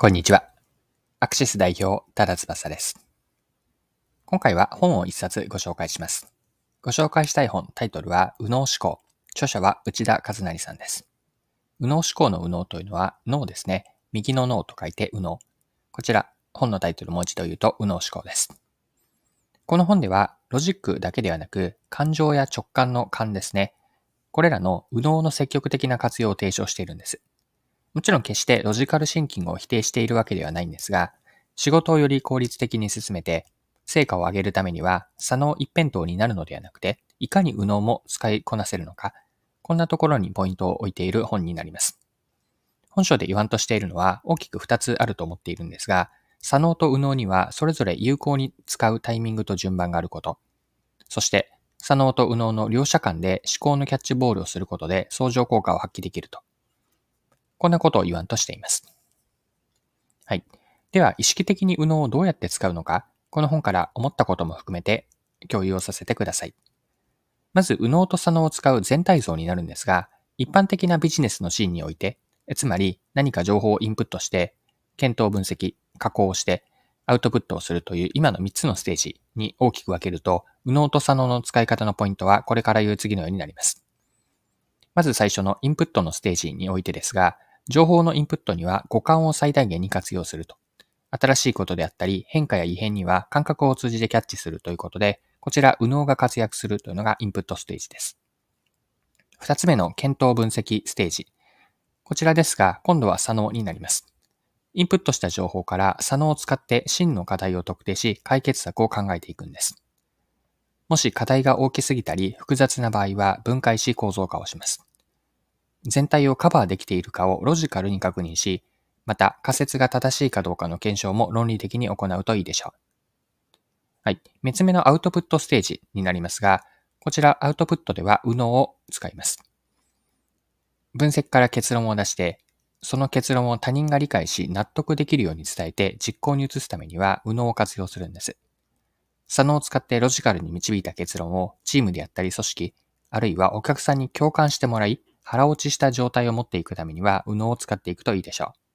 こんにちは。アクシス代表、多田翼です。今回は本を一冊ご紹介します。ご紹介したい本、タイトルは、右脳思考。著者は内田和成さんです。右脳思考の右脳というのは、脳ですね。右の脳と書いて右脳。こちら、本のタイトルもう一度言うと、右脳思考です。この本では、ロジックだけではなく、感情や直感の感ですね。これらの右脳の積極的な活用を提唱しているんです。もちろん決してロジカルシンキングを否定しているわけではないんですが、仕事をより効率的に進めて、成果を上げるためには、左脳一辺倒になるのではなくて、いかに右脳も使いこなせるのか、こんなところにポイントを置いている本になります。本書で言わんとしているのは大きく2つあると思っているんですが、左脳と右脳にはそれぞれ有効に使うタイミングと順番があること、そして左脳と右脳の両者間で思考のキャッチボールをすることで相乗効果を発揮できると。こんなことを言わんとしています。はい。では、意識的に右脳をどうやって使うのか、この本から思ったことも含めて共有をさせてください。まず、右脳と左脳を使う全体像になるんですが、一般的なビジネスのシーンにおいて、つまり何か情報をインプットして、検討分析、加工して、アウトプットをするという今の3つのステージに大きく分けると、右脳と左脳の使い方のポイントはこれから言う次のようになります。まず最初のインプットのステージにおいてですが、情報のインプットには五感を最大限に活用すると。新しいことであったり、変化や異変には感覚を通じてキャッチするということで、こちら、右脳が活躍するというのがインプットステージです。二つ目の検討分析ステージ。こちらですが、今度は左脳になります。インプットした情報から左脳を使って真の課題を特定し、解決策を考えていくんです。もし課題が大きすぎたり複雑な場合は分解し構造化をします。全体をカバーできているかをロジカルに確認し、また仮説が正しいかどうかの検証も論理的に行うといいでしょう。はい。3つ目のアウトプットステージになりますが、こちらアウトプットでは右脳を使います。分析から結論を出して、その結論を他人が理解し納得できるように伝えて実行に移すためには右脳を活用するんです。左脳を使ってロジカルに導いた結論をチームであったり組織、あるいはお客さんに共感してもらい、腹落ちした状態を持っていくためには右脳を使っていくといいでしょう。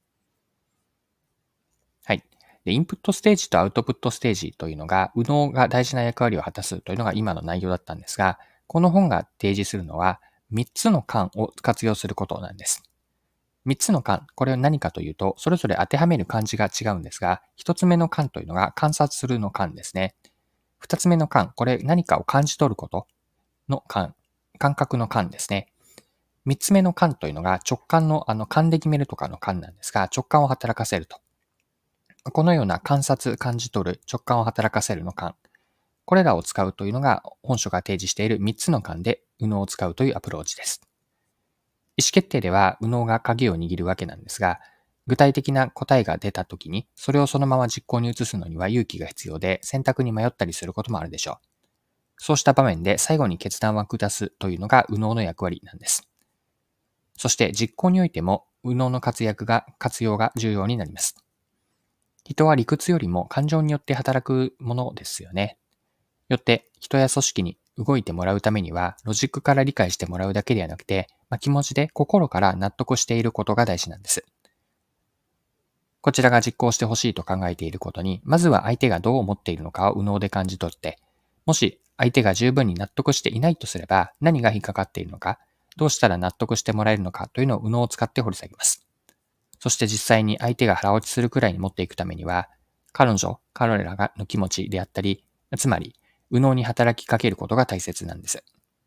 はい。で、インプットステージとアウトプットステージというのが、右脳が大事な役割を果たすというのが今の内容だったんですが、この本が提示するのは、3つの観を活用することなんです。3つの観、これは何かというと、それぞれ当てはめる漢字が違うんですが、1つ目の観というのが観察するの観ですね。2つ目の観、これ何かを感じ取ることの観、感覚の観ですね。3つ目の観というのが直感の勘で決めるとかの観なんですが、直感を働かせると。このような観察、感じ取る、直感を働かせるの観。これらを使うというのが本書が提示している3つの観で右脳を使うというアプローチです。意思決定では右脳が鍵を握るわけなんですが、具体的な答えが出たときに、それをそのまま実行に移すのには勇気が必要で、選択に迷ったりすることもあるでしょう。そうした場面で最後に決断を下すというのが右脳の役割なんです。そして実行においても右脳の活用が重要になります。人は理屈よりも感情によって働くものですよね。よって人や組織に動いてもらうためにはロジックから理解してもらうだけではなくて、気持ちで心から納得していることが大事なんです。こちらが実行してほしいと考えていることに、まずは相手がどう思っているのかを右脳で感じ取って、もし相手が十分に納得していないとすれば何が引っかかっているのか、どうしたら納得してもらえるのかというのを右脳を使って掘り下げます。そして実際に相手が腹落ちするくらいに持っていくためには、彼らの気持ちであったり、つまり、右脳に働きかけることが大切なんです。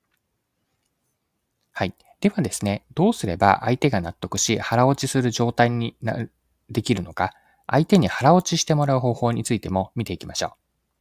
はい。ではですね、どうすれば相手が納得し腹落ちする状態にできるのか、相手に腹落ちしてもらう方法についても見ていきましょう。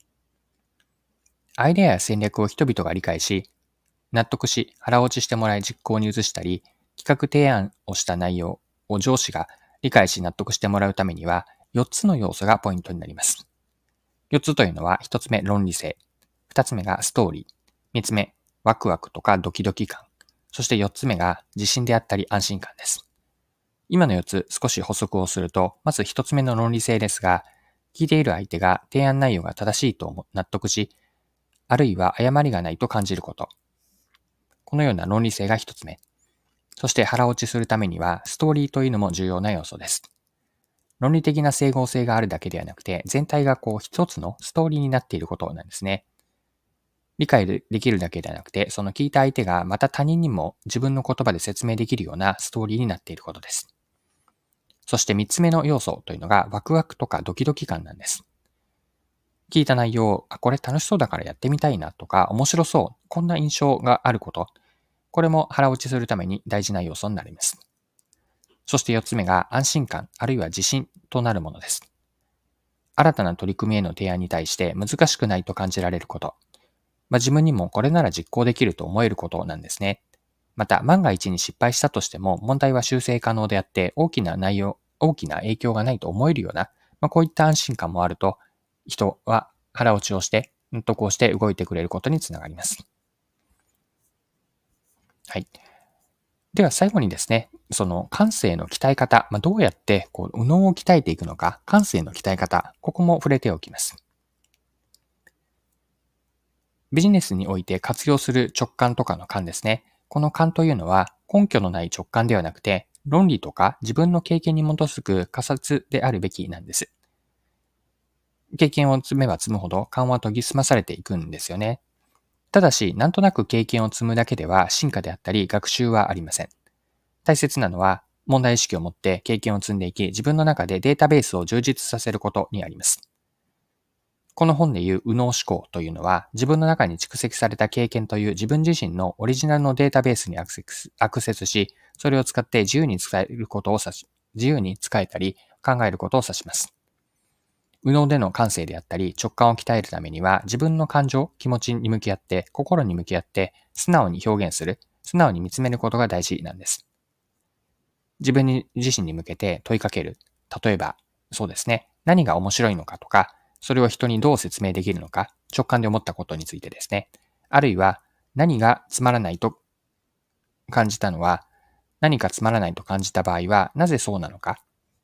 アイデアや戦略を人々が理解し、納得し腹落ちしてもらい実行に移したり、企画提案をした内容を上司が理解し納得してもらうためには、4つの要素がポイントになります。4つというのは、1つ目論理性、2つ目がストーリー、3つ目ワクワクとかドキドキ感、そして4つ目が自信であったり安心感です。今の4つ少し補足をすると、まず1つ目の論理性ですが、聞いている相手が提案内容が正しいと納得し、あるいは誤りがないと感じること。このような論理性が1つ目。そして腹落ちするためにはストーリーというのも重要な要素です。 論理的な整合性があるだけではなくて、全体が一つのストーリーになっていることなんですね。理解できるだけではなくて、その聞いた相手がまた他人にも自分の言葉で説明できるようなストーリーになっていることです。そして三つ目の要素というのがワクワクとかドキドキ感なんです。聞いた内容、これ楽しそうだからやってみたいなとか、面白そう、こんな印象があること、これも腹落ちするために大事な要素になります。そして四つ目が安心感、あるいは自信となるものです。新たな取り組みへの提案に対して難しくないと感じられること。自分にもこれなら実行できると思えることなんですね。また、万が一に失敗したとしても、問題は修正可能であって、大きな影響がないと思えるような、こういった安心感もあると、人は腹落ちをして、納得をして動いてくれることにつながります。はい。では最後にですね、その感性の鍛え方、どうやって右脳を鍛えていくのか、感性の鍛え方、ここも触れておきます。ビジネスにおいて活用する直感とかの感ですね。この感というのは根拠のない直感ではなくて、論理とか自分の経験に基づく仮説であるべきなんです。経験を積めば積むほど感は研ぎ澄まされていくんですよね。ただし、なんとなく経験を積むだけでは進化であったり学習はありません。大切なのは問題意識を持って経験を積んでいき、自分の中でデータベースを充実させることにあります。この本でいう右脳思考というのは、自分の中に蓄積された経験という自分自身のオリジナルのデータベースにアクセスし、それを使って自由に使えたり考えることを指します。右脳での感性であったり直感を鍛えるためには、自分の感情、気持ちに向き合って、心に向き合って、素直に表現する、素直に見つめることが大事なんです。自身に向けて問いかける。例えば、そうですね。何が面白いのかとか、それを人にどう説明できるのか、直感で思ったことについてですね。あるいは、感じたのは、何かつまらないと感じた場合は、なぜそうなのか、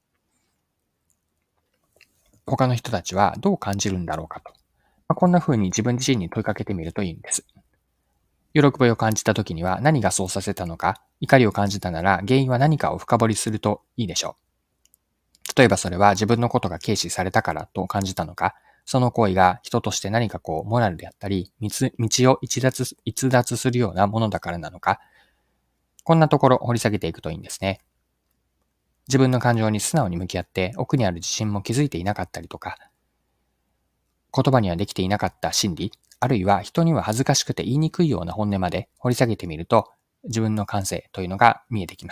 他の人たちはどう感じるんだろうかと。こんな風に自分自身に問いかけてみるといいんです。喜びを感じた時には何がそうさせたのか、怒りを感じたなら原因は何かを深掘りするといいでしょう。例えばそれは自分のことが軽視されたからと感じたのか、その行為が人として何かモラルであったり、道を逸脱するようなものだからなのか、こんなところ掘り下げていくといいんですね。自分の感情に素直に向き合って奥にある自信も気づいていなかったりとか、言葉にはできていなかった心理、あるいは人には恥ずかしくて言いにくいような本音まで掘り下げてみると、自分の感性というのが見えてきます。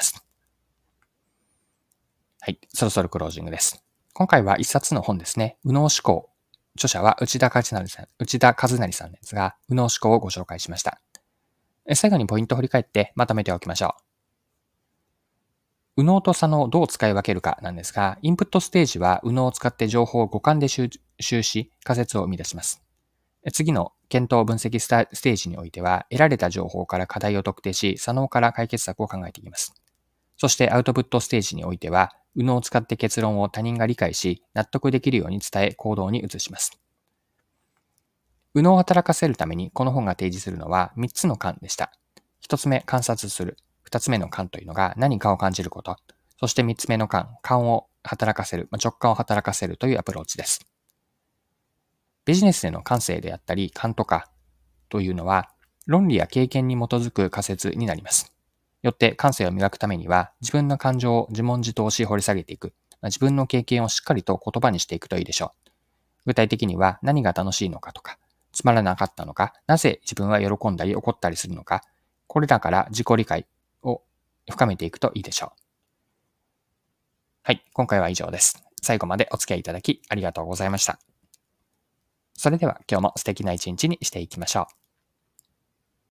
はい、そろそろクロージングです。今回は一冊の本ですね。右脳思考。著者は内田和成さんですが、右脳思考をご紹介しました。最後にポイントを振り返ってまとめておきましょう。右脳と左脳をどう使い分けるかなんですが、インプットステージは右脳を使って情報を五感で収し、仮説を生み出します。次の検討分析ステージにおいては、得られた情報から課題を特定し、左脳から解決策を考えていきます。そしてアウトプットステージにおいては、右脳を使って結論を他人が理解し、納得できるように伝え行動に移します。右脳を働かせるためにこの本が提示するのは3つの観でした。1つ目、観察する。2つ目の観というのが何かを感じること。そして3つ目の観を働かせる、直感を働かせるというアプローチです。ビジネスでの感性であったり、観とかというのは、論理や経験に基づく仮説になります。よって感性を磨くためには、自分の感情を自問自答し掘り下げていく。自分の経験をしっかりと言葉にしていくといいでしょう。具体的には何が楽しいのかとか、つまらなかったのか、なぜ自分は喜んだり怒ったりするのか、これらから自己理解を深めていくといいでしょう。はい、今回は以上です。最後までお付き合いいただきありがとうございました。それでは今日も素敵な一日にしていきましょう。